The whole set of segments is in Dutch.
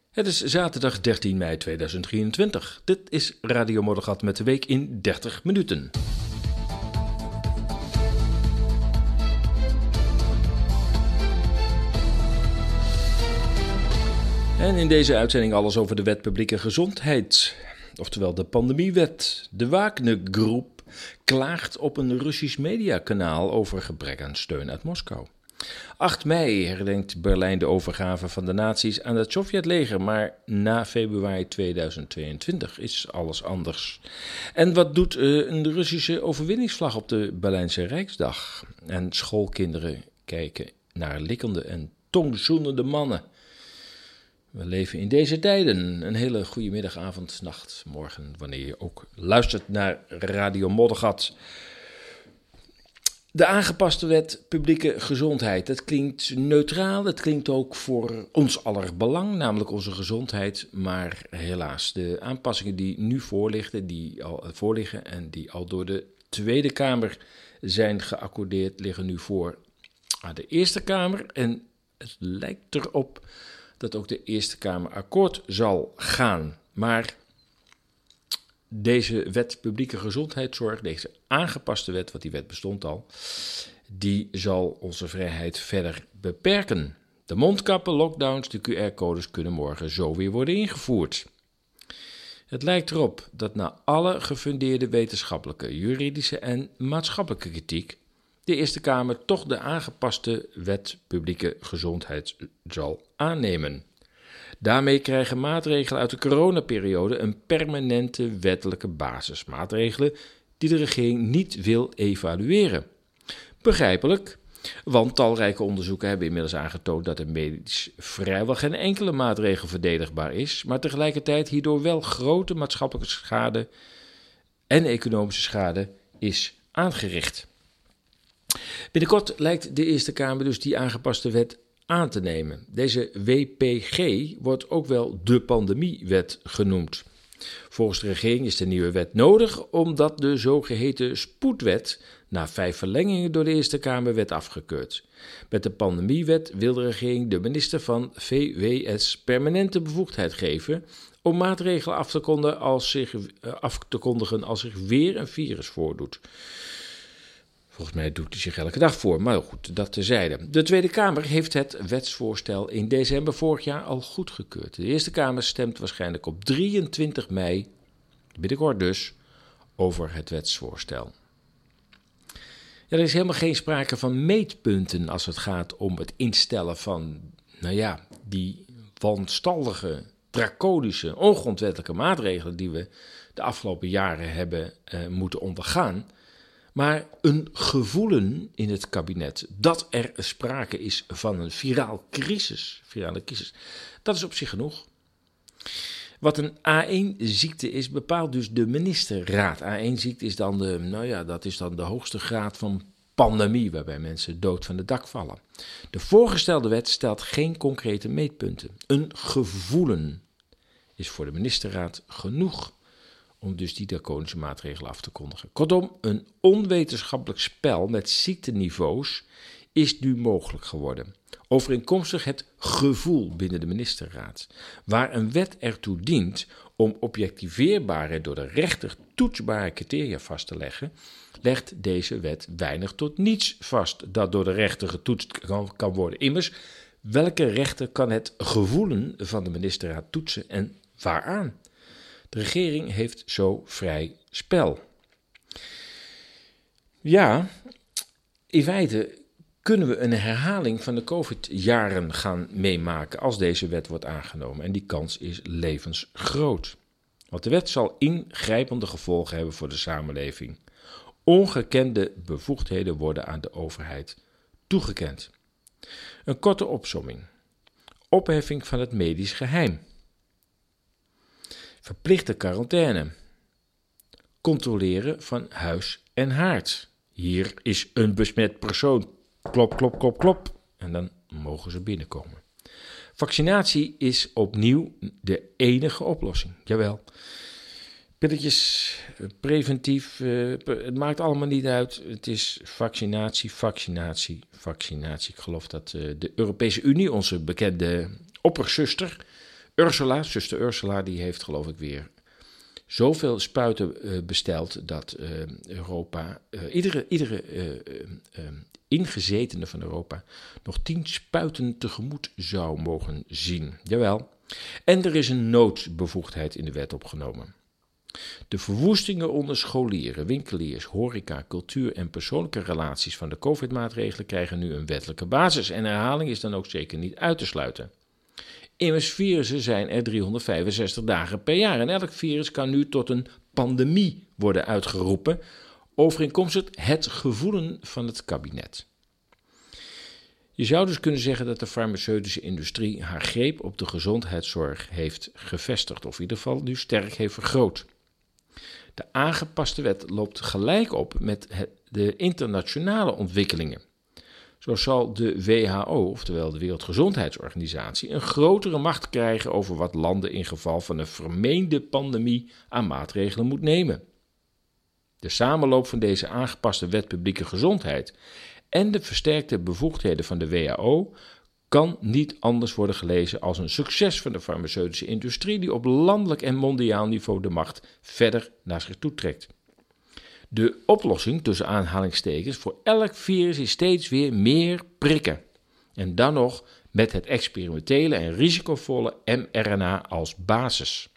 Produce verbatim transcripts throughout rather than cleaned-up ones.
Het is zaterdag dertien mei tweeduizend drieëntwintig. Dit is Radio Moddergat met de week in dertig minuten. En in deze uitzending alles over de wet publieke gezondheid. Oftewel de pandemiewet. De Wagner-groep klaagt op een Russisch mediakanaal over gebrek aan steun uit Moskou. acht mei herdenkt Berlijn de overgave van de nazi's aan het Sovjetleger, maar na februari tweeduizend tweeëntwintig is alles anders. En wat doet uh, een Russische overwinningsvlag op de Berlijnse Rijksdag? En schoolkinderen kijken naar likkende en tongzoenende mannen. We leven in deze tijden. Een hele goede middag, avond, nacht, morgen, wanneer je ook luistert naar Radio Moddergat. De aangepaste wet publieke gezondheid. Het klinkt neutraal, het klinkt ook voor ons aller belang, namelijk onze gezondheid. Maar helaas, de aanpassingen die nu voorliggen, die al voorliggen en die al door de Tweede Kamer zijn geaccordeerd, liggen nu voor aan de Eerste Kamer. En het lijkt erop dat ook de Eerste Kamer akkoord zal gaan. Maar deze wet publieke gezondheidszorg, deze aangepaste wet, want die wet bestond al, die zal onze vrijheid verder beperken. De mondkappen, lockdowns, de Q R-codes kunnen morgen zo weer worden ingevoerd. Het lijkt erop dat na alle gefundeerde wetenschappelijke, juridische en maatschappelijke kritiek de Eerste Kamer toch de aangepaste wet publieke gezondheid zal aannemen. Daarmee krijgen maatregelen uit de coronaperiode een permanente wettelijke basis. Maatregelen die de regering niet wil evalueren. Begrijpelijk, want talrijke onderzoeken hebben inmiddels aangetoond dat er medisch vrijwel geen enkele maatregel verdedigbaar is, maar tegelijkertijd hierdoor wel grote maatschappelijke schade en economische schade is aangericht. Binnenkort lijkt de Eerste Kamer dus die aangepaste wet aan te nemen. Deze W P G wordt ook wel de pandemiewet genoemd. Volgens de regering is de nieuwe wet nodig omdat de zogeheten spoedwet na vijf verlengingen door de Eerste Kamer werd afgekeurd. Met de pandemiewet wil de regering de minister van V W S permanente bevoegdheid geven om maatregelen af te kondigen als zich, af te kondigen als zich weer een virus voordoet. Volgens mij doet hij zich elke dag voor, maar goed, dat terzijde. De Tweede Kamer heeft het wetsvoorstel in december vorig jaar al goedgekeurd. De Eerste Kamer stemt waarschijnlijk op drieëntwintig mei, binnenkort dus, over het wetsvoorstel. Ja, er is helemaal geen sprake van meetpunten als het gaat om het instellen van, nou ja, die wanstallige, draconische, ongrondwettelijke maatregelen die we de afgelopen jaren hebben uh, moeten ondergaan. Maar een gevoelen in het kabinet dat er sprake is van een viraal crisis, virale crisis, dat is op zich genoeg. Wat een A één ziekte is, bepaalt dus de ministerraad. A één ziekte is dan de, nou ja, dat is dan de hoogste graad van pandemie, waarbij mensen dood van het dak vallen. De voorgestelde wet stelt geen concrete meetpunten. Een gevoelen is voor de ministerraad genoeg om dus die draconische maatregelen af te kondigen. Kortom, een onwetenschappelijk spel met ziekteniveaus is nu mogelijk geworden. Overeenkomstig het gevoel binnen de ministerraad. Waar een wet ertoe dient om objectiveerbare, door de rechter toetsbare criteria vast te leggen, legt deze wet weinig tot niets vast dat door de rechter getoetst kan, kan worden. Immers, welke rechter kan het gevoelen van de ministerraad toetsen en waaraan? De regering heeft zo vrij spel. Ja, in feite kunnen we een herhaling van de COVID-jaren gaan meemaken als deze wet wordt aangenomen. En die kans is levensgroot. Want de wet zal ingrijpende gevolgen hebben voor de samenleving. Ongekende bevoegdheden worden aan de overheid toegekend. Een korte opsomming. Opheffing van het medisch geheim. Verplichte quarantaine. Controleren van huis en haard. Hier is een besmet persoon. Klop, klop, klop, klop. En dan mogen ze binnenkomen. Vaccinatie is opnieuw de enige oplossing. Jawel. Pilletjes, preventief, uh, het maakt allemaal niet uit. Het is vaccinatie, vaccinatie, vaccinatie. Ik geloof dat uh, de Europese Unie, onze bekende opperzuster, Ursula, zuster Ursula, die heeft geloof ik weer zoveel spuiten uh, besteld dat uh, Europa, uh, iedere, iedere uh, uh, uh, ingezetene van Europa nog tien spuiten tegemoet zou mogen zien. Jawel. En er is een noodbevoegdheid in de wet opgenomen. De verwoestingen onder scholieren, winkeliers, horeca, cultuur en persoonlijke relaties van de COVID-maatregelen krijgen nu een wettelijke basis en herhaling is dan ook zeker niet uit te sluiten. Immers virussen zijn er driehonderdvijfenzestig dagen per jaar en elk virus kan nu tot een pandemie worden uitgeroepen, overeenkomstig het gevoelen van het kabinet. Je zou dus kunnen zeggen dat de farmaceutische industrie haar greep op de gezondheidszorg heeft gevestigd, of in ieder geval nu sterk heeft vergroot. De aangepaste wet loopt gelijk op met de internationale ontwikkelingen. Zo zal de W H O, oftewel de Wereldgezondheidsorganisatie, een grotere macht krijgen over wat landen in geval van een vermeende pandemie aan maatregelen moet nemen. De samenloop van deze aangepaste wet publieke gezondheid en de versterkte bevoegdheden van de W H O kan niet anders worden gelezen als een succes van de farmaceutische industrie die op landelijk en mondiaal niveau de macht verder naar zich toe trekt. De oplossing, tussen aanhalingstekens, voor elk virus is steeds weer meer prikken. En dan nog met het experimentele en risicovolle mRNA als basis.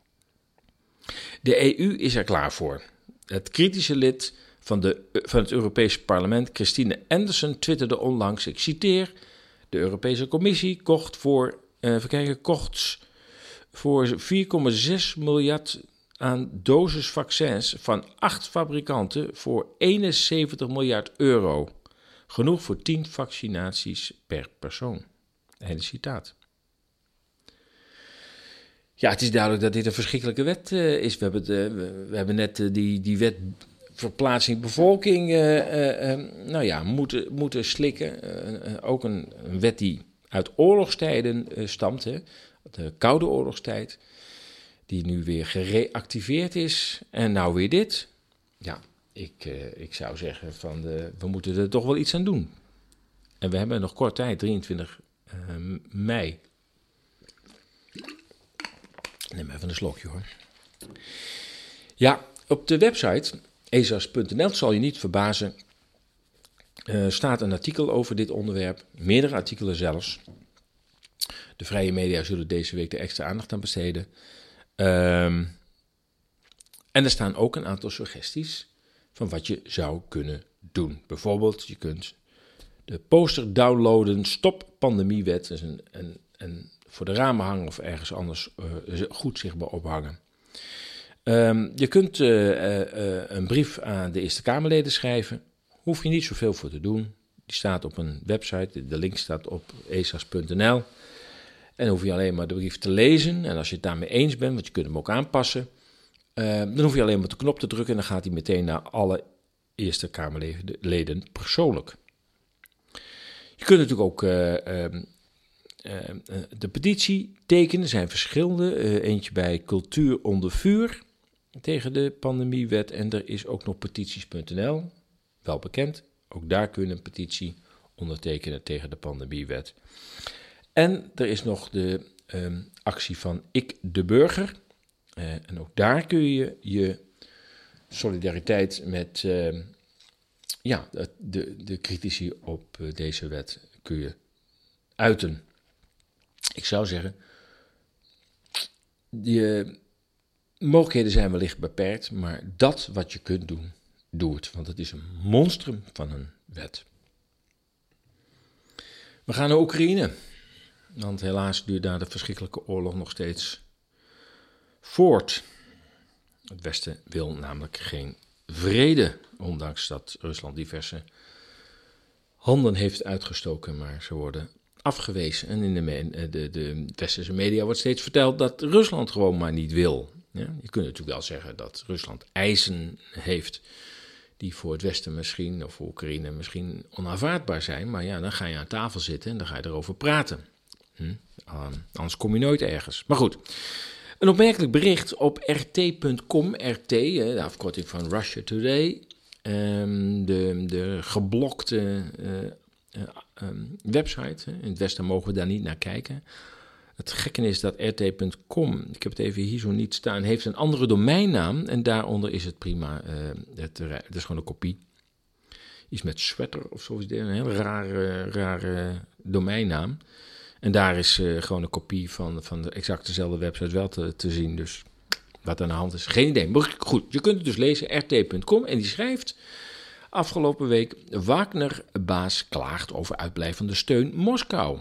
De E U is er klaar voor. Het kritische lid van, de, van het Europese parlement, Christine Anderson, twitterde onlangs, ik citeer, de Europese Commissie kocht voor, uh, even kijken, kocht voor vier komma zes miljard aan doses vaccins van acht fabrikanten voor eenenzeventig miljard euro. Genoeg voor tien vaccinaties per persoon. Einde citaat. Ja, het is duidelijk dat dit een verschrikkelijke wet uh, is. We hebben, de, we, we hebben net uh, die, die wet verplaatsing bevolking uh, uh, uh, nou ja, moeten, moeten slikken. Uh, uh, ook een, een wet die uit oorlogstijden uh, stamt, hè, de Koude Oorlogstijd, die nu weer gereactiveerd is. En nou weer dit. Ja, ik, uh, ik zou zeggen van de, we moeten er toch wel iets aan doen. En we hebben nog kort tijd, drieëntwintig mei. Neem even een slokje hoor. Ja, op de website e s a s punt n l zal je niet verbazen. Uh, staat een artikel over dit onderwerp. Meerdere artikelen zelfs. De vrije media zullen deze week er extra aandacht aan besteden. Um, en er staan ook een aantal suggesties van wat je zou kunnen doen. Bijvoorbeeld, je kunt de poster downloaden, stop pandemiewet. Dat is een, een, een voor de ramen hangen of ergens anders uh, goed zichtbaar ophangen. Um, je kunt uh, uh, uh, een brief aan de Eerste Kamerleden schrijven. Hoef je niet zoveel voor te doen. Die staat op een website, de link staat op e s a s punt n l. En dan hoef je alleen maar de brief te lezen. En als je het daarmee eens bent, want je kunt hem ook aanpassen, uh, dan hoef je alleen maar op de knop te drukken en dan gaat hij meteen naar alle Eerste Kamerleden persoonlijk. Je kunt natuurlijk ook uh, uh, uh, de petitie tekenen. Er zijn verschillende. Uh, eentje bij Cultuur onder vuur tegen de pandemiewet. En er is ook nog petities punt n l, wel bekend. Ook daar kun je een petitie ondertekenen tegen de pandemiewet. En er is nog de um, actie van Ik de Burger. Uh, en ook daar kun je je solidariteit met uh, ja, de, de, de critici op uh, deze wet kun je uiten. Ik zou zeggen, de mogelijkheden zijn wellicht beperkt, maar dat wat je kunt doen, doe het. Want het is een monstrum van een wet. We gaan naar Oekraïne. Want helaas duurt daar de verschrikkelijke oorlog nog steeds voort. Het Westen wil namelijk geen vrede, ondanks dat Rusland diverse handen heeft uitgestoken, maar ze worden afgewezen. En in de, me- de, de westerse media wordt steeds verteld dat Rusland gewoon maar niet wil. Ja, je kunt natuurlijk wel zeggen dat Rusland eisen heeft die voor het Westen misschien, of voor Oekraïne misschien onaanvaardbaar zijn. Maar ja, dan ga je aan tafel zitten en dan ga je erover praten. Hm? Uh, anders kom je nooit ergens. Maar goed, een opmerkelijk bericht op r t punt com, R T, de afkorting van Russia Today, um, de, de geblokte uh, uh, um, website. In het Westen mogen we daar niet naar kijken. Het gekke is dat R T punt com, ik heb het even hier zo niet staan, heeft een andere domeinnaam en daaronder is het prima. Uh, het, het is gewoon een kopie. Iets met sweater of zo, een hele rare, rare domeinnaam. En daar is uh, gewoon een kopie van, van de exact dezelfde website wel te, te zien. Dus wat aan de hand is, geen idee. Maar goed, je kunt het dus lezen, R T punt com. En die schrijft afgelopen week: Wagner-baas klaagt over uitblijvende steun Moskou.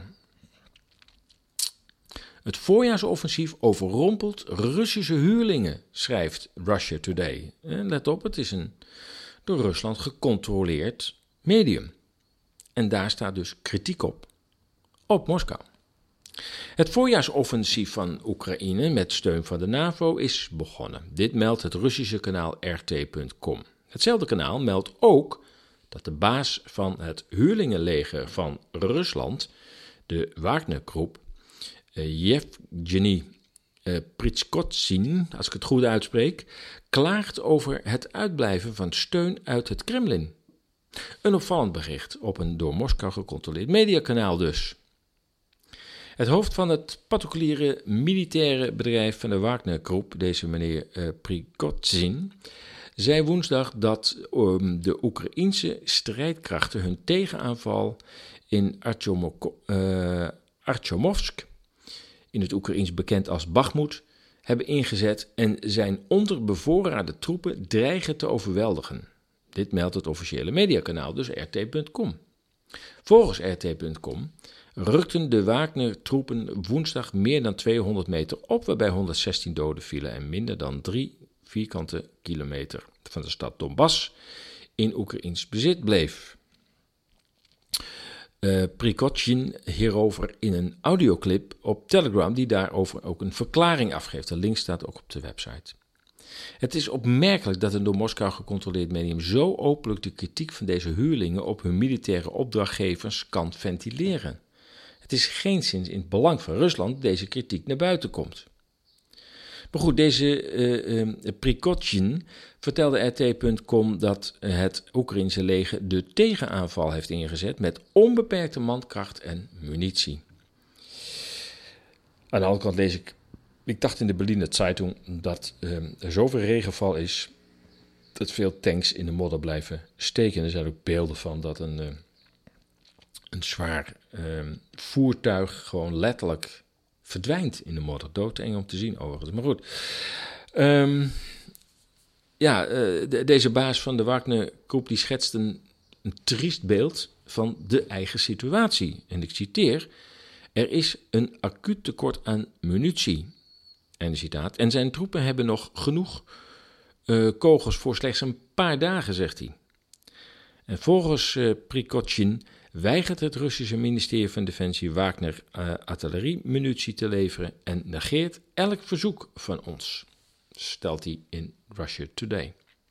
Het voorjaarsoffensief overrompelt Russische huurlingen, schrijft Russia Today. En let op, het is een door Rusland gecontroleerd medium. En daar staat dus kritiek op, op Moskou. Het voorjaarsoffensief van Oekraïne met steun van de NAVO is begonnen. Dit meldt het Russische kanaal R T punt com. Hetzelfde kanaal meldt ook dat de baas van het huurlingenleger van Rusland, de Wagner-groep, Yevgeny uh, Prigozhin, als ik het goed uitspreek, klaagt over het uitblijven van steun uit het Kremlin. Een opvallend bericht op een door Moskou gecontroleerd mediakanaal dus. Het hoofd van het particuliere militaire bedrijf van de Wagner-groep, deze meneer uh, Prigozhin, zei woensdag dat um, de Oekraïense strijdkrachten hun tegenaanval in Artjomoko, uh, Artjomovsk, in het Oekraïens bekend als Bakhmut, hebben ingezet en zijn onderbevoorrade troepen dreigen te overweldigen. Dit meldt het officiële mediakanaal, dus R T punt com. Volgens R T punt com rukten de Wagner-troepen woensdag meer dan tweehonderd meter op, waarbij honderdzestien doden vielen en minder dan drie vierkante kilometer van de stad Donbass in Oekraïens bezit bleef. Uh, Prigozhin hierover in een audioclip op Telegram, die daarover ook een verklaring afgeeft. De link staat ook op de website. Het is opmerkelijk dat een door Moskou gecontroleerd medium zo openlijk de kritiek van deze huurlingen op hun militaire opdrachtgevers kan ventileren. Het is geenszins in het belang van Rusland dat deze kritiek naar buiten komt. Maar goed, deze uh, uh, Prigozhin vertelde R T punt com dat het Oekraïense leger de tegenaanval heeft ingezet met onbeperkte mankracht en munitie. Aan de andere kant lees ik, ik dacht in de Berliner Zeitung dat uh, er zoveel regenval is dat veel tanks in de modder blijven steken. Er zijn ook beelden van dat een, uh, een zwaar uh, voertuig gewoon letterlijk verdwijnt in de modder. Doodeng om te zien overigens. Maar goed. Um, ja, uh, de, deze baas van de Wagner-groep die schetst een, een triest beeld van de eigen situatie. En ik citeer: er is een acuut tekort aan munitie. En citaat. En zijn troepen hebben nog genoeg uh, kogels voor slechts een paar dagen, zegt hij. En volgens uh, Prigozhin weigert het Russische ministerie van Defensie Wagner uh, artilleriemunitie te leveren en negeert elk verzoek van ons, stelt hij in Russia Today.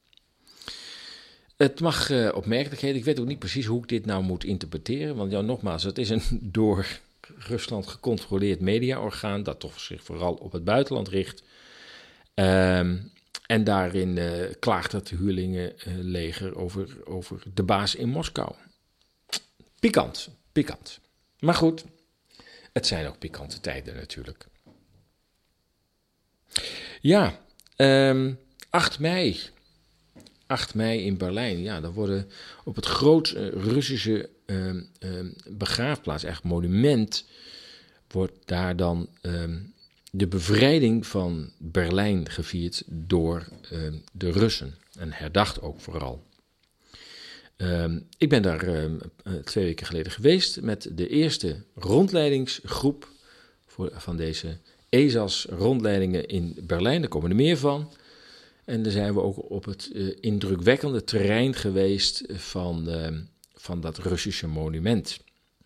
Het mag uh, opmerkelijkheden, ik weet ook niet precies hoe ik dit nou moet interpreteren, want ja, nogmaals, het is een door Rusland gecontroleerd mediaorgaan dat toch zich vooral op het buitenland richt. Um, en daarin uh, klaagt het huurlingenleger uh, over, over de baas in Moskou. Pikant, pikant. Maar goed, het zijn ook pikante tijden natuurlijk. Ja, um, acht mei. acht mei in Berlijn. Ja, dan worden op het grootste Russische um, um, begraafplaats, echt monument, wordt daar dan um, de bevrijding van Berlijn gevierd door um, de Russen. En herdacht ook vooral. Um, ik ben daar um, twee weken geleden geweest met de eerste rondleidingsgroep voor, van deze E S A S-rondleidingen in Berlijn. Daar komen er meer van. En dan zijn we ook op het uh, indrukwekkende terrein geweest van, uh, van dat Russische monument.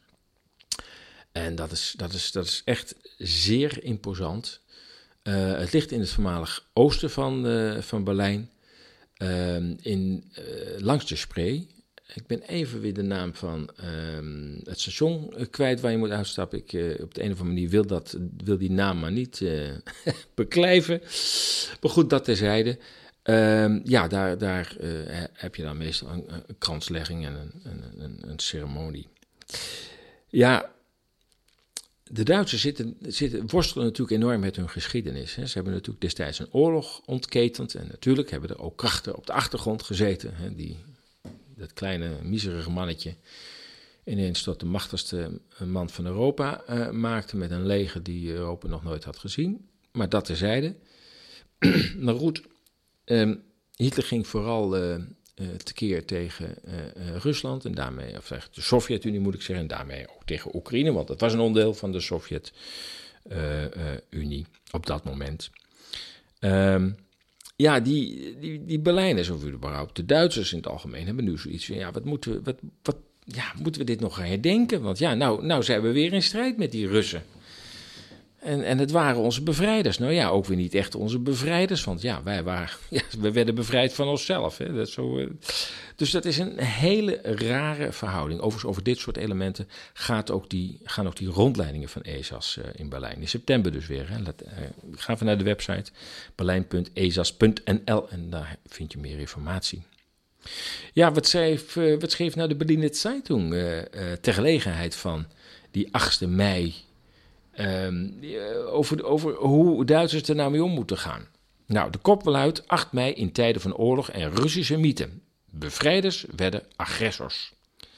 En dat is, dat is, dat is echt zeer imposant. Uh, het ligt in het voormalig oosten van, uh, van Berlijn, uh, in, uh, langs de Spree. Ik ben even weer de naam van um, het station kwijt waar je moet uitstappen. Ik, uh, op de een of andere manier wil, dat, wil die naam maar niet uh, beklijven. Maar goed, dat terzijde. Um, ja, daar, daar uh, heb je dan meestal een, een kranslegging en een, een, een, een ceremonie. Ja, de Duitsers zitten, zitten, worstelen natuurlijk enorm met hun geschiedenis. Hè. Ze hebben natuurlijk destijds een oorlog ontketend. En natuurlijk hebben er ook krachten op de achtergrond gezeten. Hè, die, dat kleine, miserige mannetje ineens tot de machtigste man van Europa uh, maakte. Met een leger die Europa nog nooit had gezien. Maar dat terzijde. Maar goed, um, Hitler ging vooral uh, uh, tekeer tegen uh, uh, Rusland en daarmee, of de Sovjet-Unie moet ik zeggen, en daarmee ook tegen Oekraïne, want dat was een onderdeel van de Sovjet-Unie uh, uh, op dat moment. Um, ja, die, die, die Berlijners, of überhaupt de Duitsers in het algemeen, hebben nu zoiets van, ja, wat moeten we, wat, wat, ja, moeten we dit nog herdenken? Want ja, nou, nou zijn we weer in strijd met die Russen. En, en het waren onze bevrijders. Nou ja, ook weer niet echt onze bevrijders. Want ja, wij waren, ja, we werden bevrijd van onszelf. Hè. Dat is zo, uh, dus dat is een hele rare verhouding. Overigens, over dit soort elementen gaat ook die, gaan ook die rondleidingen van E S A S uh, in Berlijn. In september dus weer. Hè. Let, uh, ga even naar de website berlijn punt e s a s punt n l en daar vind je meer informatie. Ja, wat schreef, uh, wat schreef nou de Berliner Zeitung uh, uh, ter gelegenheid van die achtste mei... Um, over, over hoe Duitsers er nou mee om moeten gaan. Nou, de kop luidt acht mei in tijden van oorlog en Russische mythe. Bevrijders werden agressors.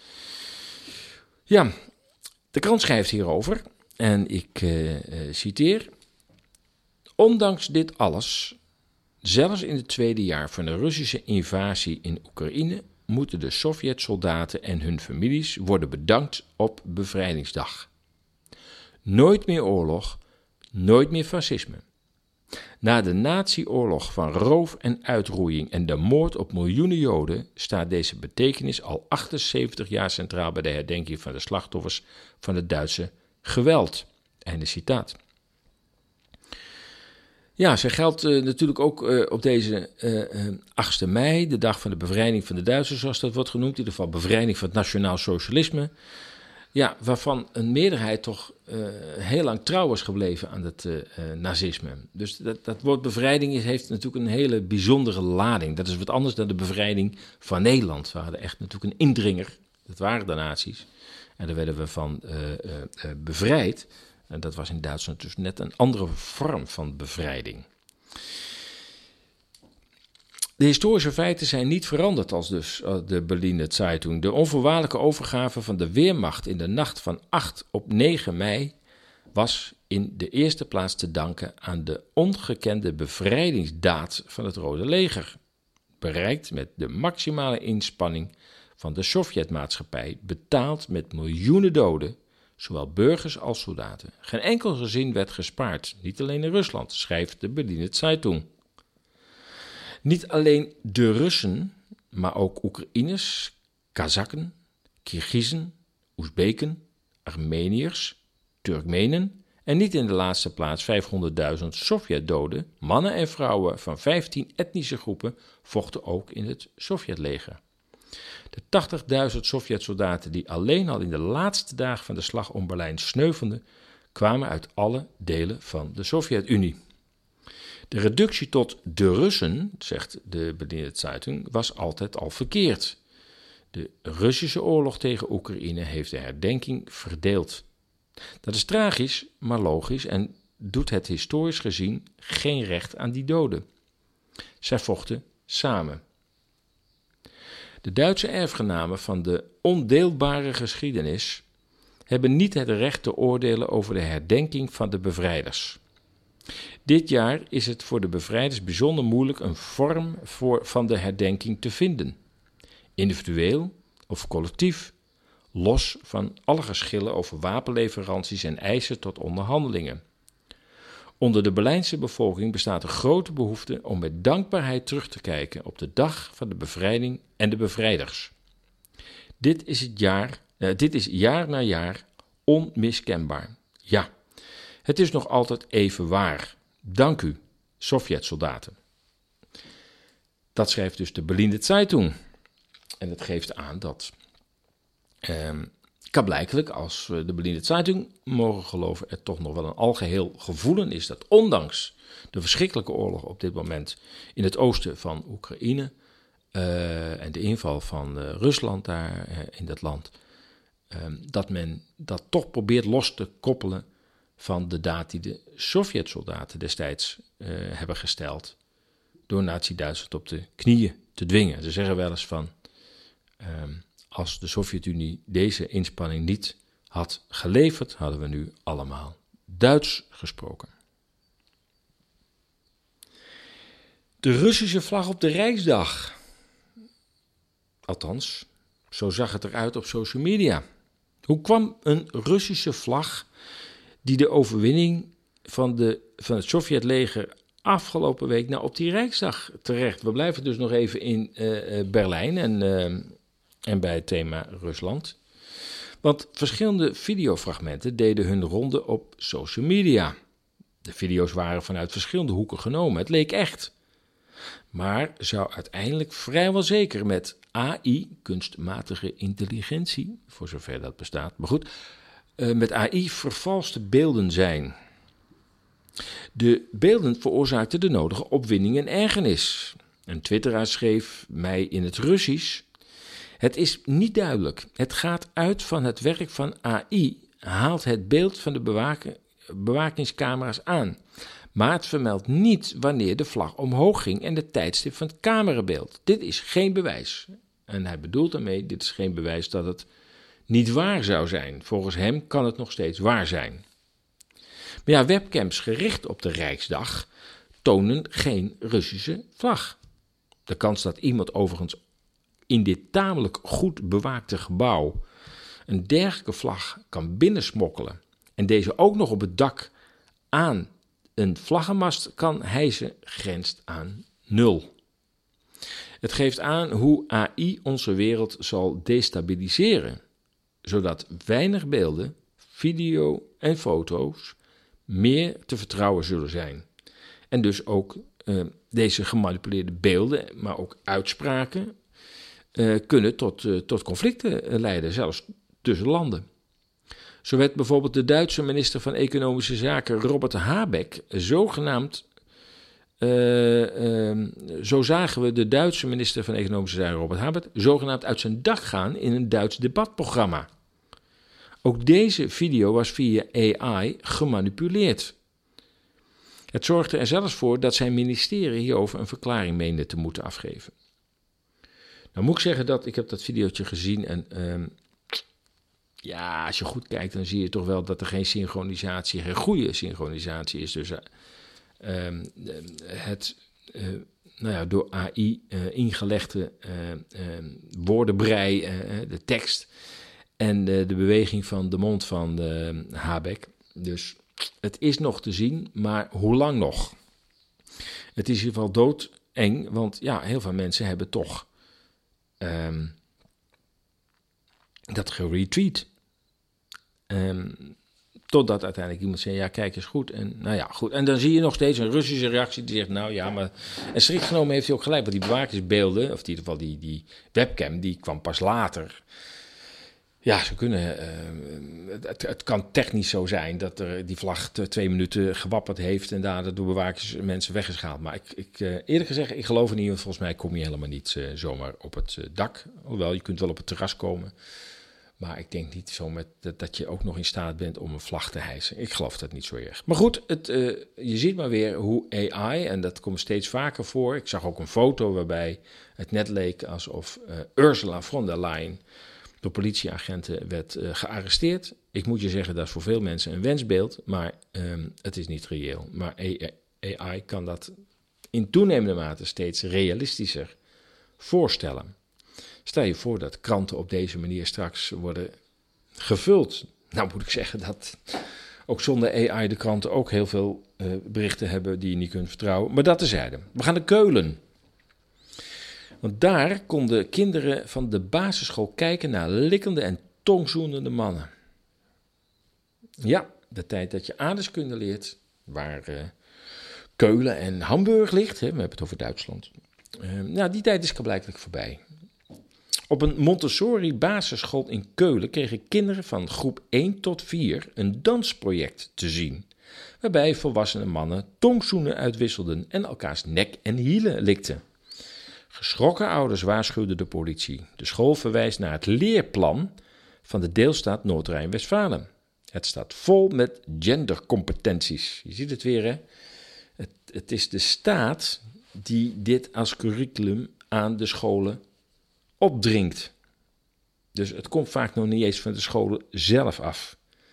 Ja, de krant schrijft hierover, en ik uh, uh, citeer. Ondanks dit alles, zelfs in het tweede jaar van de Russische invasie in Oekraïne, moeten de Sovjet-soldaten en hun families worden bedankt op bevrijdingsdag. Nooit meer oorlog, nooit meer fascisme. Na de nazi-oorlog van roof en uitroeiing en de moord op miljoenen Joden staat deze betekenis al achtenzeventig jaar centraal bij de herdenking van de slachtoffers van het Duitse geweld. Einde citaat. Ja, ze geldt uh, natuurlijk ook uh, op deze uh, uh, achtste mei, de dag van de bevrijding van de Duitsers, zoals dat wordt genoemd, in ieder geval bevrijding van het nationaal socialisme. Ja, waarvan een meerderheid toch uh, heel lang trouw was gebleven aan het uh, uh, nazisme. Dus dat, dat woord bevrijding is, heeft natuurlijk een hele bijzondere lading. Dat is wat anders dan de bevrijding van Nederland. We hadden echt natuurlijk een indringer, dat waren de nazi's. En daar werden we van uh, uh, uh, bevrijd. En dat was in Duitsland dus net een andere vorm van bevrijding. De historische feiten zijn niet veranderd als dus de Berliner Zeitung. De onvoorwaardelijke overgave van de Wehrmacht in de nacht van acht op negen mei was in de eerste plaats te danken aan de ongekende bevrijdingsdaad van het Rode Leger. Bereikt met de maximale inspanning van de Sovjetmaatschappij, betaald met miljoenen doden, zowel burgers als soldaten. Geen enkel gezin werd gespaard, niet alleen in Rusland, schrijft de Berliner Zeitung. Niet alleen de Russen, maar ook Oekraïners, Kazakken, Kirgizen, Oezbeken, Armeniërs, Turkmenen en niet in de laatste plaats vijfhonderdduizend Sovjetdoden, mannen en vrouwen van vijftien etnische groepen, vochten ook in het Sovjetleger. De tachtigduizend Sovjetsoldaten die alleen al in de laatste dagen van de slag om Berlijn sneuvelden, kwamen uit alle delen van de Sovjet-Unie. De reductie tot de Russen, zegt de Berliner Zeitung, was altijd al verkeerd. De Russische oorlog tegen Oekraïne heeft de herdenking verdeeld. Dat is tragisch, maar logisch en doet het historisch gezien geen recht aan die doden. Zij vochten samen. De Duitse erfgenamen van de ondeelbare geschiedenis hebben niet het recht te oordelen over de herdenking van de bevrijders. Dit jaar is het voor de bevrijders bijzonder moeilijk een vorm voor, van de herdenking te vinden. Individueel of collectief, los van alle geschillen over wapenleveranties en eisen tot onderhandelingen. Onder de Berlijnse bevolking bestaat een grote behoefte om met dankbaarheid terug te kijken op de dag van de bevrijding en de bevrijders. Dit is, het jaar, uh, dit is jaar na jaar onmiskenbaar. Ja, het is nog altijd even waar. Dank u, Sovjetsoldaten. Dat schrijft dus de Berliner Zeitung. En dat geeft aan dat, eh, kablijkelijk, als we de Berliner Zeitung mogen geloven, er toch nog wel een algeheel gevoelen is dat ondanks de verschrikkelijke oorlog op dit moment in het oosten van Oekraïne uh, en de inval van uh, Rusland daar uh, in dat land, uh, dat men dat toch probeert los te koppelen van de daad die de Sovjet-soldaten destijds uh, hebben gesteld door Nazi-Duitsland op de knieën te dwingen. Ze zeggen wel eens van, um, als de Sovjet-Unie deze inspanning niet had geleverd, hadden we nu allemaal Duits gesproken. De Russische vlag op de Rijksdag. Althans, zo zag het eruit op social media. Hoe kwam een Russische vlag die de overwinning van, de, van het Sovjetleger afgelopen week nou op die Rijksdag terecht? We blijven dus nog even in uh, Berlijn en, uh, en bij het thema Rusland. Want verschillende videofragmenten deden hun ronde op social media. De video's waren vanuit verschillende hoeken genomen. Het leek echt. Maar zou uiteindelijk vrijwel zeker met A I, kunstmatige intelligentie, voor zover dat bestaat, maar goed, uh, met A I vervalste beelden zijn. De beelden veroorzaakten de nodige opwinding en ergernis. Een twitteraar schreef mij in het Russisch: het is niet duidelijk. Het gaat uit van het werk van A I, haalt het beeld van de bewaken, bewakingscamera's aan. Maar het vermeldt niet wanneer de vlag omhoog ging en de tijdstip van het camerabeeld. Dit is geen bewijs. En hij bedoelt daarmee, dit is geen bewijs dat het niet waar zou zijn. Volgens hem kan het nog steeds waar zijn. Maar ja, webcams gericht op de Rijksdag tonen geen Russische vlag. De kans dat iemand overigens in dit tamelijk goed bewaakte gebouw een dergelijke vlag kan binnensmokkelen en deze ook nog op het dak aan een vlaggenmast kan hijsen, grenst aan nul. Het geeft aan hoe A I onze wereld zal destabiliseren, zodat weinig beelden, video en foto's meer te vertrouwen zullen zijn. En dus ook uh, deze gemanipuleerde beelden, maar ook uitspraken, uh, kunnen tot, uh, tot conflicten leiden, zelfs tussen landen. Zo werd bijvoorbeeld de Duitse minister van Economische Zaken Robert Habeck zogenaamd, uh, uh, zo zagen we de Duitse minister van Economische Zaken Robert Habeck zogenaamd uit zijn dak gaan in een Duits debatprogramma. Ook deze video was via A I gemanipuleerd. Het zorgde er zelfs voor dat zijn ministerie hierover een verklaring meende te moeten afgeven. Nou moet ik zeggen dat ik heb dat videootje gezien en uh, ja, als je goed kijkt, dan zie je toch wel dat er geen synchronisatie, geen goede synchronisatie is. Dus uh, uh, het uh, nou ja, door A I uh, ingelegde uh, uh, woordenbrei, uh, de tekst en uh, de beweging van de mond van uh, Habeck. Dus het is nog te zien, maar hoe lang nog? Het is in ieder geval doodeng, want ja, heel veel mensen hebben toch um, dat geretweet. Um, totdat uiteindelijk iemand zei, ja, kijk eens goed. En nou ja, goed. En dan zie je nog steeds een Russische reactie die zegt, nou ja, maar... En strikt genomen heeft hij ook gelijk, want die bewakingsbeelden, of in ieder geval die, die webcam, die kwam pas later. Ja, ze kunnen... Uh, het, het kan technisch zo zijn dat er die vlag te, twee minuten gewapperd heeft en daar door bewakers mensen weg is gehaald. Maar ik, ik uh, eerlijk gezegd, ik geloof er niet, want volgens mij kom je helemaal niet uh, zomaar op het uh, dak. Hoewel, je kunt wel op het terras komen. Maar ik denk niet zo met, dat, dat je ook nog in staat bent om een vlag te hijsen. Ik geloof dat niet zo erg. Maar goed, het, uh, je ziet maar weer hoe A I, en dat komt steeds vaker voor. Ik zag ook een foto waarbij het net leek alsof uh, Ursula von der Leyen door politieagenten werd uh, gearresteerd. Ik moet je zeggen, dat is voor veel mensen een wensbeeld, maar um, het is niet reëel. Maar A I kan dat in toenemende mate steeds realistischer voorstellen. Stel je voor dat kranten op deze manier straks worden gevuld. Nou moet ik zeggen dat ook zonder A I de kranten ook heel veel uh, berichten hebben die je niet kunt vertrouwen. Maar dat terzijde. We gaan naar Keulen. Want daar konden kinderen van de basisschool kijken naar likkende en tongzoenende mannen. Ja, de tijd dat je aardrijkskunde leert, waar uh, Keulen en Hamburg ligt, hè, we hebben het over Duitsland. Uh, nou, die tijd is blijkbaar voorbij. Op een Montessori basisschool in Keulen kregen kinderen van groep één tot vier een dansproject te zien, waarbij volwassene mannen tongzoenen uitwisselden en elkaars nek en hielen likten. Geschrokken ouders waarschuwden de politie. De school verwijst naar het leerplan van de deelstaat Noord-Rijn-Westfalen. Het staat vol met gendercompetenties. Je ziet het weer, hè? Het, het is de staat die dit als curriculum aan de scholen opdringt. Dus het komt vaak nog niet eens van de scholen zelf af.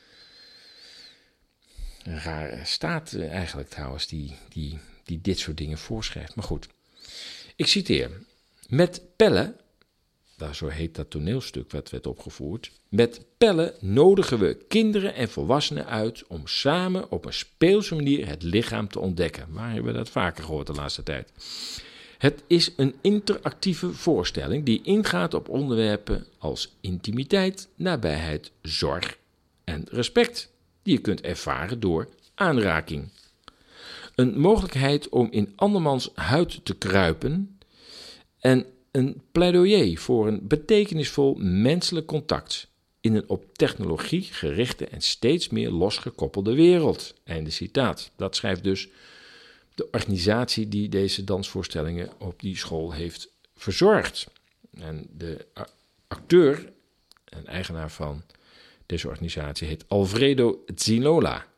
Een rare staat eigenlijk trouwens die, die, die dit soort dingen voorschrijft. Maar goed, ik citeer. Met pellen, daar zo heet dat toneelstuk wat werd opgevoerd. Met pellen nodigen we kinderen en volwassenen uit om samen op een speelse manier het lichaam te ontdekken. Waar hebben we dat vaker gehoord de laatste tijd? Het is een interactieve voorstelling die ingaat op onderwerpen als intimiteit, nabijheid, zorg en respect, die je kunt ervaren door aanraking. Een mogelijkheid om in andermans huid te kruipen en een pleidoyer voor een betekenisvol menselijk contact in een op technologie gerichte en steeds meer losgekoppelde wereld. Einde citaat. Dat schrijft dus de organisatie die deze dansvoorstellingen op die school heeft verzorgd. En de acteur en eigenaar van deze organisatie heet Alfredo Zinola.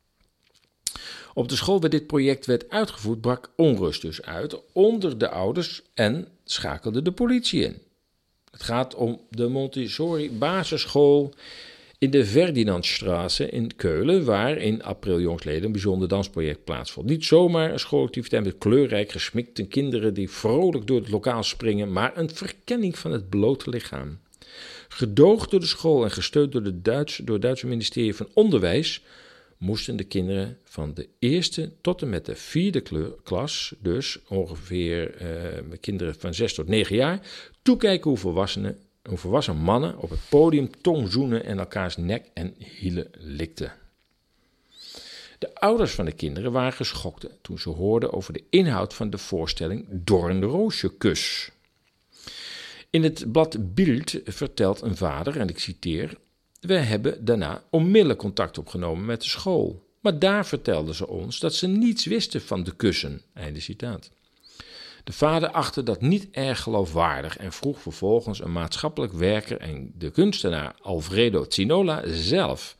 Op de school waar dit project werd uitgevoerd brak onrust dus uit onder de ouders en schakelde de politie in. Het gaat om de Montessori basisschool in de Ferdinandstraße in Keulen, waar in april jongstleden een bijzonder dansproject plaatsvond. Niet zomaar een schoolactiviteit met kleurrijk gesmikte kinderen die vrolijk door het lokaal springen, maar een verkenning van het blote lichaam. Gedoogd door de school en gesteund door, de Duitse, door het Duitse ministerie van Onderwijs moesten de kinderen van de eerste tot en met de vierde kleur, klas, dus ongeveer eh, kinderen van zes tot negen jaar, toekijken hoe volwassenen, hoe volwassen mannen op het podium tongzoenen en elkaars nek en hielen likten. De ouders van de kinderen waren geschokt toen ze hoorden over de inhoud van de voorstelling Doornroosjekus. In het blad Bild vertelt een vader, en ik citeer: we hebben daarna onmiddellijk contact opgenomen met de school. Maar daar vertelden ze ons dat ze niets wisten van de kussen. Einde citaat. De vader achtte dat niet erg geloofwaardig en vroeg vervolgens een maatschappelijk werker en de kunstenaar Alfredo Zinola zelf.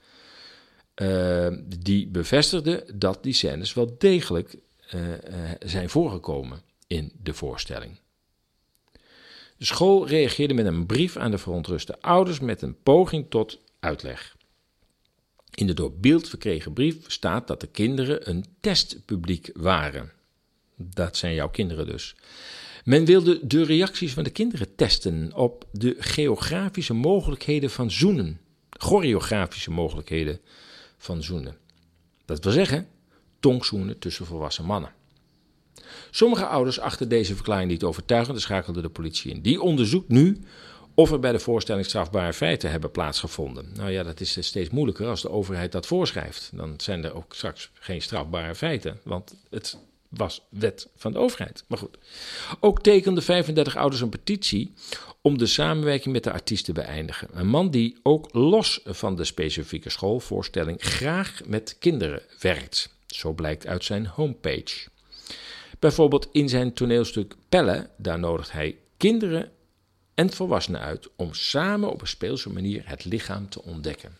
Uh, die bevestigde dat die scènes wel degelijk uh, uh, zijn voorgekomen in de voorstelling. De school reageerde met een brief aan de verontruste ouders met een poging tot uitleg. In de door Bild verkregen brief staat dat de kinderen een testpubliek waren. Dat zijn jouw kinderen dus. Men wilde de reacties van de kinderen testen op de geografische mogelijkheden van zoenen. Choreografische mogelijkheden van zoenen. Dat wil zeggen, tongzoenen tussen volwassen mannen. Sommige ouders achten deze verklaring niet overtuigend en schakelden de politie in. Die onderzoekt nu of er bij de voorstelling strafbare feiten hebben plaatsgevonden. Nou ja, dat is steeds moeilijker als de overheid dat voorschrijft. Dan zijn er ook straks geen strafbare feiten, want het was wet van de overheid. Maar goed. Ook tekenden vijfendertig ouders een petitie om de samenwerking met de artiest te beëindigen. Een man die ook los van de specifieke schoolvoorstelling graag met kinderen werkt. Zo blijkt uit zijn homepage. Bijvoorbeeld in zijn toneelstuk Pelle, daar nodigt hij kinderen en volwassenen uit om samen op een speelse manier het lichaam te ontdekken.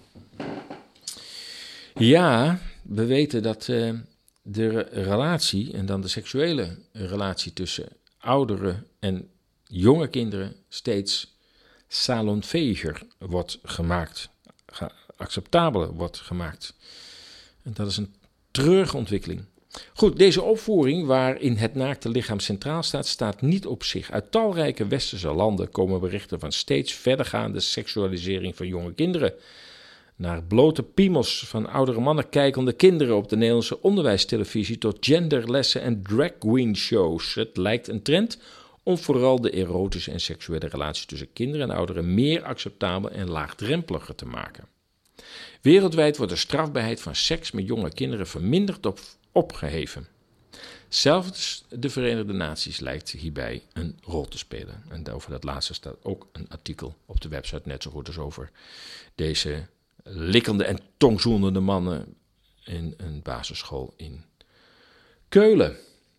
Ja, we weten dat uh, de relatie en dan de seksuele relatie tussen oudere en jonge kinderen steeds salonveger wordt gemaakt, acceptabeler wordt gemaakt. En dat is een treurige ontwikkeling. Goed, deze opvoering waarin het naakte lichaam centraal staat, staat niet op zich. Uit talrijke westerse landen komen berichten van steeds verdergaande seksualisering van jonge kinderen. Naar blote piemels van oudere mannen kijkende kinderen op de Nederlandse onderwijstelevisie tot genderlessen en drag queen shows. Het lijkt een trend om vooral de erotische en seksuele relatie tussen kinderen en ouderen meer acceptabel en laagdrempeliger te maken. Wereldwijd wordt de strafbaarheid van seks met jonge kinderen verminderd of opgeheven. Zelfs de Verenigde Naties lijkt hierbij een rol te spelen. En over dat laatste staat ook een artikel op de website, net zo goed als over deze likkende en tongzoenende mannen in een basisschool in Keulen.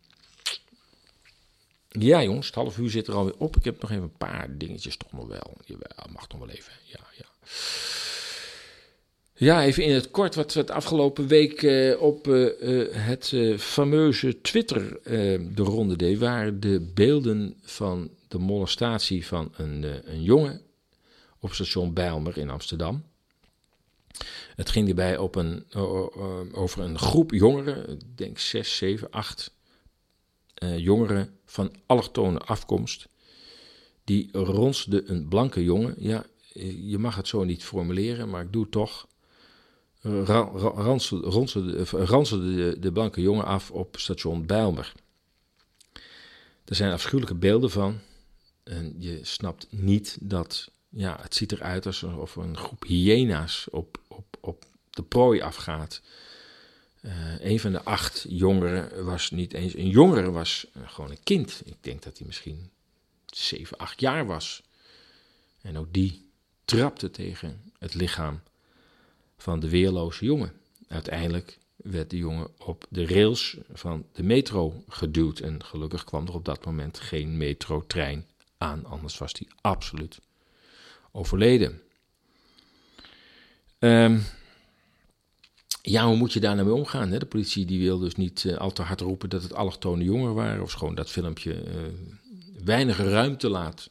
Ja jongens, het half uur zit er alweer op. Ik heb nog even een paar dingetjes toch nog wel. Jawel, mag nog wel even. Ja, ja. Ja, even in het kort wat we het afgelopen week uh, op uh, uh, het uh, fameuze Twitter uh, de ronde deed, waren de beelden van de molestatie van een, uh, een jongen op station Bijlmer in Amsterdam. Het ging erbij op een, uh, uh, over een groep jongeren, ik denk zes, zeven, acht uh, jongeren van allochtone afkomst. Die ronsde een blanke jongen. Ja, je mag het zo niet formuleren, maar ik doe het toch. Ranselde, ranselde, ranselde de, de blanke jongen af op station Bijlmer. Er zijn afschuwelijke beelden van. En je snapt niet dat... Ja, het ziet eruit alsof een groep hyena's op, op, op de prooi afgaat. Uh, een van de acht jongeren was niet eens... Een jongere was uh, gewoon een kind. Ik denk dat hij misschien zeven, acht jaar was. En ook die trapte tegen het lichaam van de weerloze jongen. Uiteindelijk werd de jongen op de rails van de metro geduwd. En gelukkig kwam er op dat moment geen metrotrein aan. Anders was hij absoluut overleden. Um, ja, hoe moet je daar nou mee omgaan? Hè? De politie die wil dus niet uh, al te hard roepen dat het allochtone jongeren waren. Of gewoon dat filmpje uh, weinig ruimte laat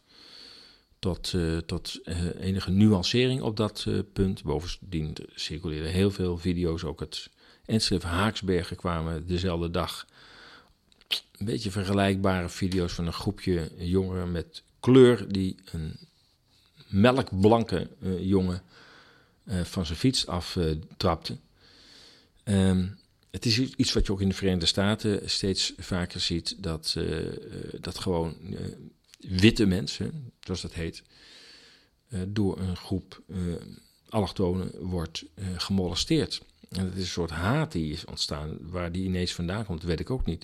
tot, uh, tot uh, enige nuancering op dat uh, punt. Bovendien circuleerden heel veel video's. Ook het Enschede Haaksbergen kwamen dezelfde dag. Een beetje vergelijkbare video's van een groepje jongeren met kleur die een melkblanke uh, jongen uh, van zijn fiets aftrapte. Uh, um, het is iets wat je ook in de Verenigde Staten steeds vaker ziet, dat, uh, uh, dat gewoon uh, witte mensen, zoals dat heet, uh, door een groep uh, allochtonen wordt uh, gemolesteerd. En het is een soort haat die is ontstaan, waar die ineens vandaan komt, dat weet ik ook niet.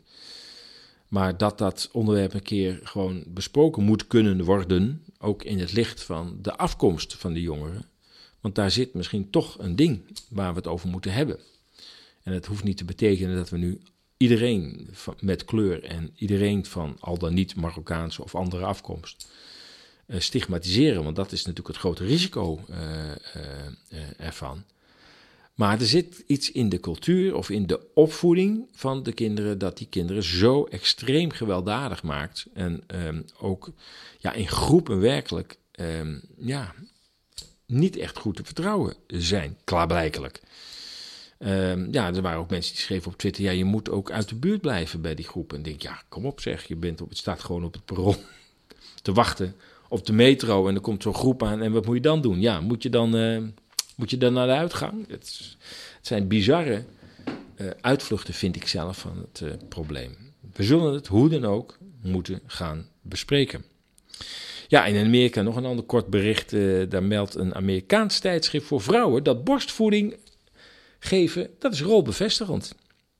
Maar dat dat onderwerp een keer gewoon besproken moet kunnen worden, ook in het licht van de afkomst van de jongeren. Want daar zit misschien toch een ding waar we het over moeten hebben. En het hoeft niet te betekenen dat we nu iedereen met kleur en iedereen van al dan niet Marokkaanse of andere afkomst uh, stigmatiseren. Want dat is natuurlijk het grote risico uh, uh, uh, ervan. Maar er zit iets in de cultuur of in de opvoeding van de kinderen dat die kinderen zo extreem gewelddadig maakt. En um, ook ja, in groepen werkelijk um, ja, niet echt goed te vertrouwen zijn, klaarblijkelijk. Um, ja, er waren ook mensen die schreven op Twitter, ja, je moet ook uit de buurt blijven bij die groep. En ik denk, ja, kom op zeg, je bent op, het staat gewoon op het perron te wachten op de metro en er komt zo'n groep aan en wat moet je dan doen? Ja, moet je dan... Uh, Moet je dan naar de uitgang? Het, is, het zijn bizarre uh, uitvluchten, vind ik zelf, van het uh, probleem. We zullen het hoe dan ook moeten gaan bespreken. Ja, in Amerika nog een ander kort bericht. Uh, daar meldt een Amerikaans tijdschrift voor vrouwen dat borstvoeding geven, dat is rolbevestigend.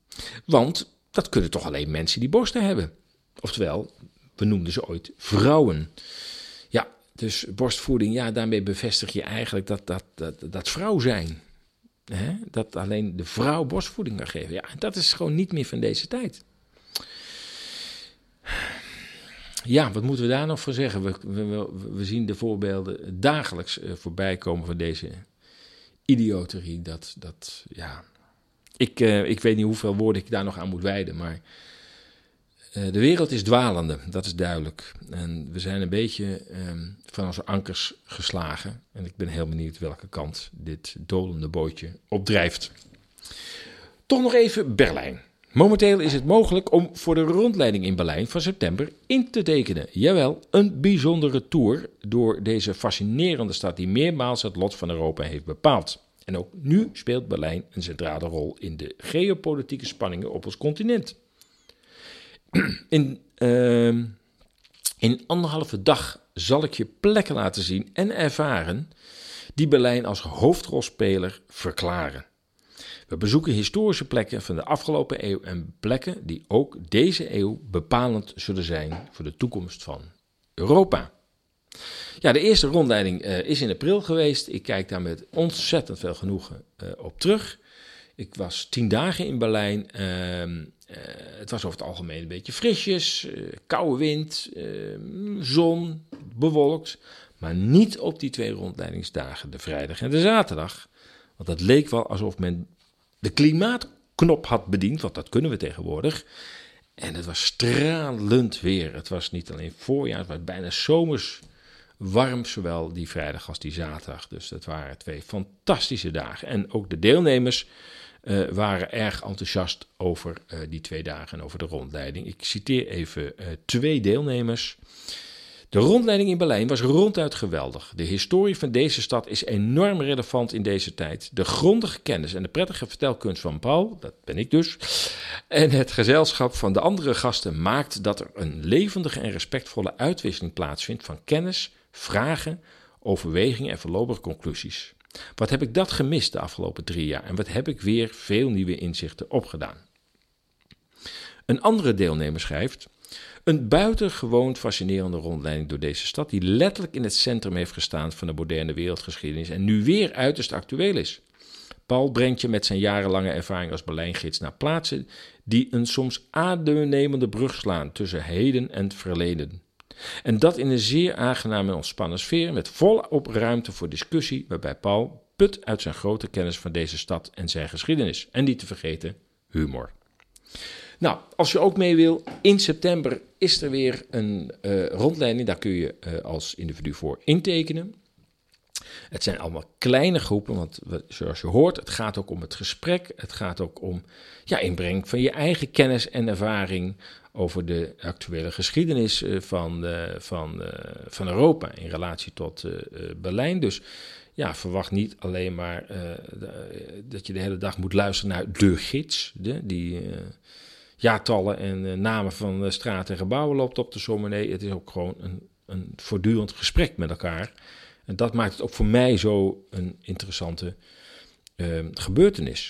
Want dat kunnen toch alleen mensen die borsten hebben. Oftewel, we noemden ze ooit vrouwen. Ja, dus borstvoeding, ja, daarmee bevestig je eigenlijk dat, dat, dat, dat vrouw zijn. Hè? Dat alleen de vrouw borstvoeding kan geven. Ja, dat is gewoon niet meer van deze tijd. Ja, wat moeten we daar nog voor zeggen? We, we, we zien de voorbeelden dagelijks uh, voorbij komen van deze idioterie. Dat, dat, ja... Ik, uh, ik weet niet hoeveel woorden ik daar nog aan moet wijden, maar... Uh, de wereld is dwalende, dat is duidelijk. En we zijn een beetje um, van onze ankers geslagen. En ik ben heel benieuwd welke kant dit dolende bootje opdrijft. Toch nog even Berlijn. Momenteel is het mogelijk om voor de rondleiding in Berlijn van september in te tekenen. Jawel, een bijzondere tour door deze fascinerende stad die meermaals het lot van Europa heeft bepaald. En ook nu speelt Berlijn een centrale rol in de geopolitieke spanningen op ons continent. In, uh, in anderhalve dag zal ik je plekken laten zien en ervaren die Berlijn als hoofdrolspeler verklaren. We bezoeken historische plekken van de afgelopen eeuw en plekken die ook deze eeuw bepalend zullen zijn voor de toekomst van Europa. Ja, de eerste rondleiding uh, is in april geweest. Ik kijk daar met ontzettend veel genoegen uh, op terug. Ik was tien dagen in Berlijn. Uh, uh, het was over het algemeen een beetje frisjes, uh, koude wind, uh, zon, bewolkt. Maar niet op die twee rondleidingsdagen, de vrijdag en de zaterdag. Want het leek wel alsof men de klimaatknop had bediend, want dat kunnen we tegenwoordig. En het was stralend weer. Het was niet alleen voorjaar, het was bijna zomers warm, zowel die vrijdag als die zaterdag. Dus dat waren twee fantastische dagen. En ook de deelnemers uh, waren erg enthousiast over uh, die twee dagen en over de rondleiding. Ik citeer even uh, twee deelnemers. De rondleiding in Berlijn was ronduit geweldig. De historie van deze stad is enorm relevant in deze tijd. De grondige kennis en de prettige vertelkunst van Paul, dat ben ik dus, en het gezelschap van de andere gasten maakt dat er een levendige en respectvolle uitwisseling plaatsvindt van kennis, vragen, overwegingen en voorlopige conclusies. Wat heb ik dat gemist de afgelopen drie jaar en wat heb ik weer veel nieuwe inzichten opgedaan. Een andere deelnemer schrijft: een buitengewoon fascinerende rondleiding door deze stad die letterlijk in het centrum heeft gestaan van de moderne wereldgeschiedenis en nu weer uiterst actueel is. Paul brengt je met zijn jarenlange ervaring als Berlijngids naar plaatsen die een soms adembenemende brug slaan tussen heden en verleden. En dat in een zeer aangename en ontspannen sfeer met volop ruimte voor discussie, waarbij Paul put uit zijn grote kennis van deze stad en zijn geschiedenis. En niet te vergeten, humor. Nou, als je ook mee wil, in september is er weer een uh, rondleiding. Daar kun je uh, als individu voor intekenen. Het zijn allemaal kleine groepen, want zoals je hoort, het gaat ook om het gesprek. Het gaat ook om ja, inbreng van je eigen kennis en ervaring over de actuele geschiedenis uh, van, uh, van, uh, van Europa in relatie tot uh, uh, Berlijn. Dus ja, verwacht niet alleen maar uh, de, dat je de hele dag moet luisteren naar de gids, de, die uh, jaartallen en uh, namen van uh, straten en gebouwen loopt op te sommen. Nee, het is ook gewoon een, een voortdurend gesprek met elkaar. En dat maakt het ook voor mij zo een interessante uh, gebeurtenis.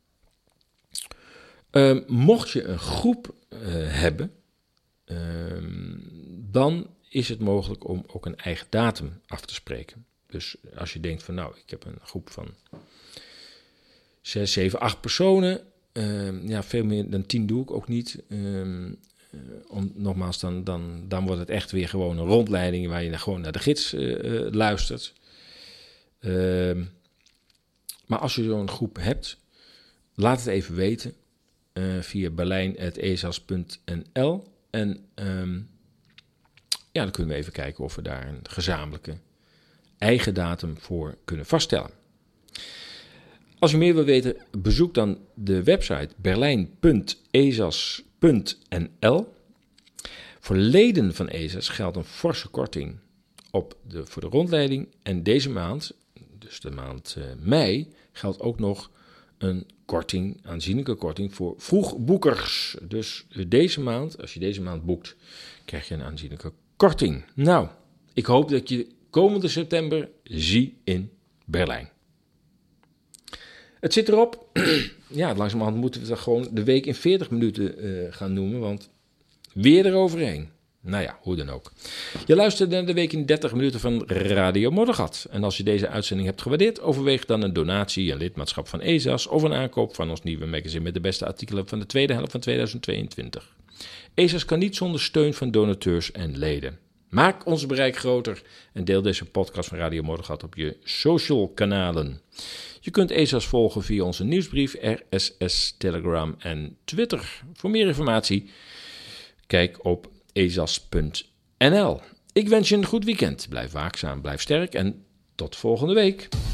Uh, mocht je een groep uh, hebben, uh, dan is het mogelijk om ook een eigen datum af te spreken. Dus als je denkt van nou, ik heb een groep van zes, zeven, acht personen. Uh, ja, veel meer dan tien doe ik ook niet. Uh, om, nogmaals, dan, dan, dan wordt het echt weer gewoon een rondleiding waar je gewoon naar de gids uh, uh, luistert. Uh, maar als je zo'n groep hebt, laat het even weten uh, via berlijn punt e s a s punt n l. En um, ja, dan kunnen we even kijken of we daar een gezamenlijke eigen datum voor kunnen vaststellen. Als je meer wil weten, bezoek dan de website berlijn punt e s a s punt n l. Voor leden van E S A S geldt een forse korting op de, voor de rondleiding. En deze maand, dus de maand uh, mei, geldt ook nog een korting, aanzienlijke korting voor vroegboekers. Dus deze maand, als je deze maand boekt, krijg je een aanzienlijke korting. Nou, ik hoop dat je komende september zie in Berlijn. Het zit erop. Ja, langzamerhand moeten we het gewoon de week in veertig minuten uh, gaan noemen, want weer eroverheen. Nou ja, hoe dan ook. Je luistert naar de week in dertig minuten van Radio Moddergat. En als je deze uitzending hebt gewaardeerd, overweeg dan een donatie, een lidmaatschap van E S A S of een aankoop van ons nieuwe magazine met de beste artikelen van de tweede helft van tweeduizend tweeëntwintig. E S A S kan niet zonder steun van donateurs en leden. Maak ons bereik groter en deel deze podcast van Radio Moddergat op je social kanalen. Je kunt E S A S volgen via onze nieuwsbrief, R S S, Telegram en Twitter. Voor meer informatie, kijk op e s a s punt n l. Ik wens je een goed weekend. Blijf waakzaam, blijf sterk en tot volgende week.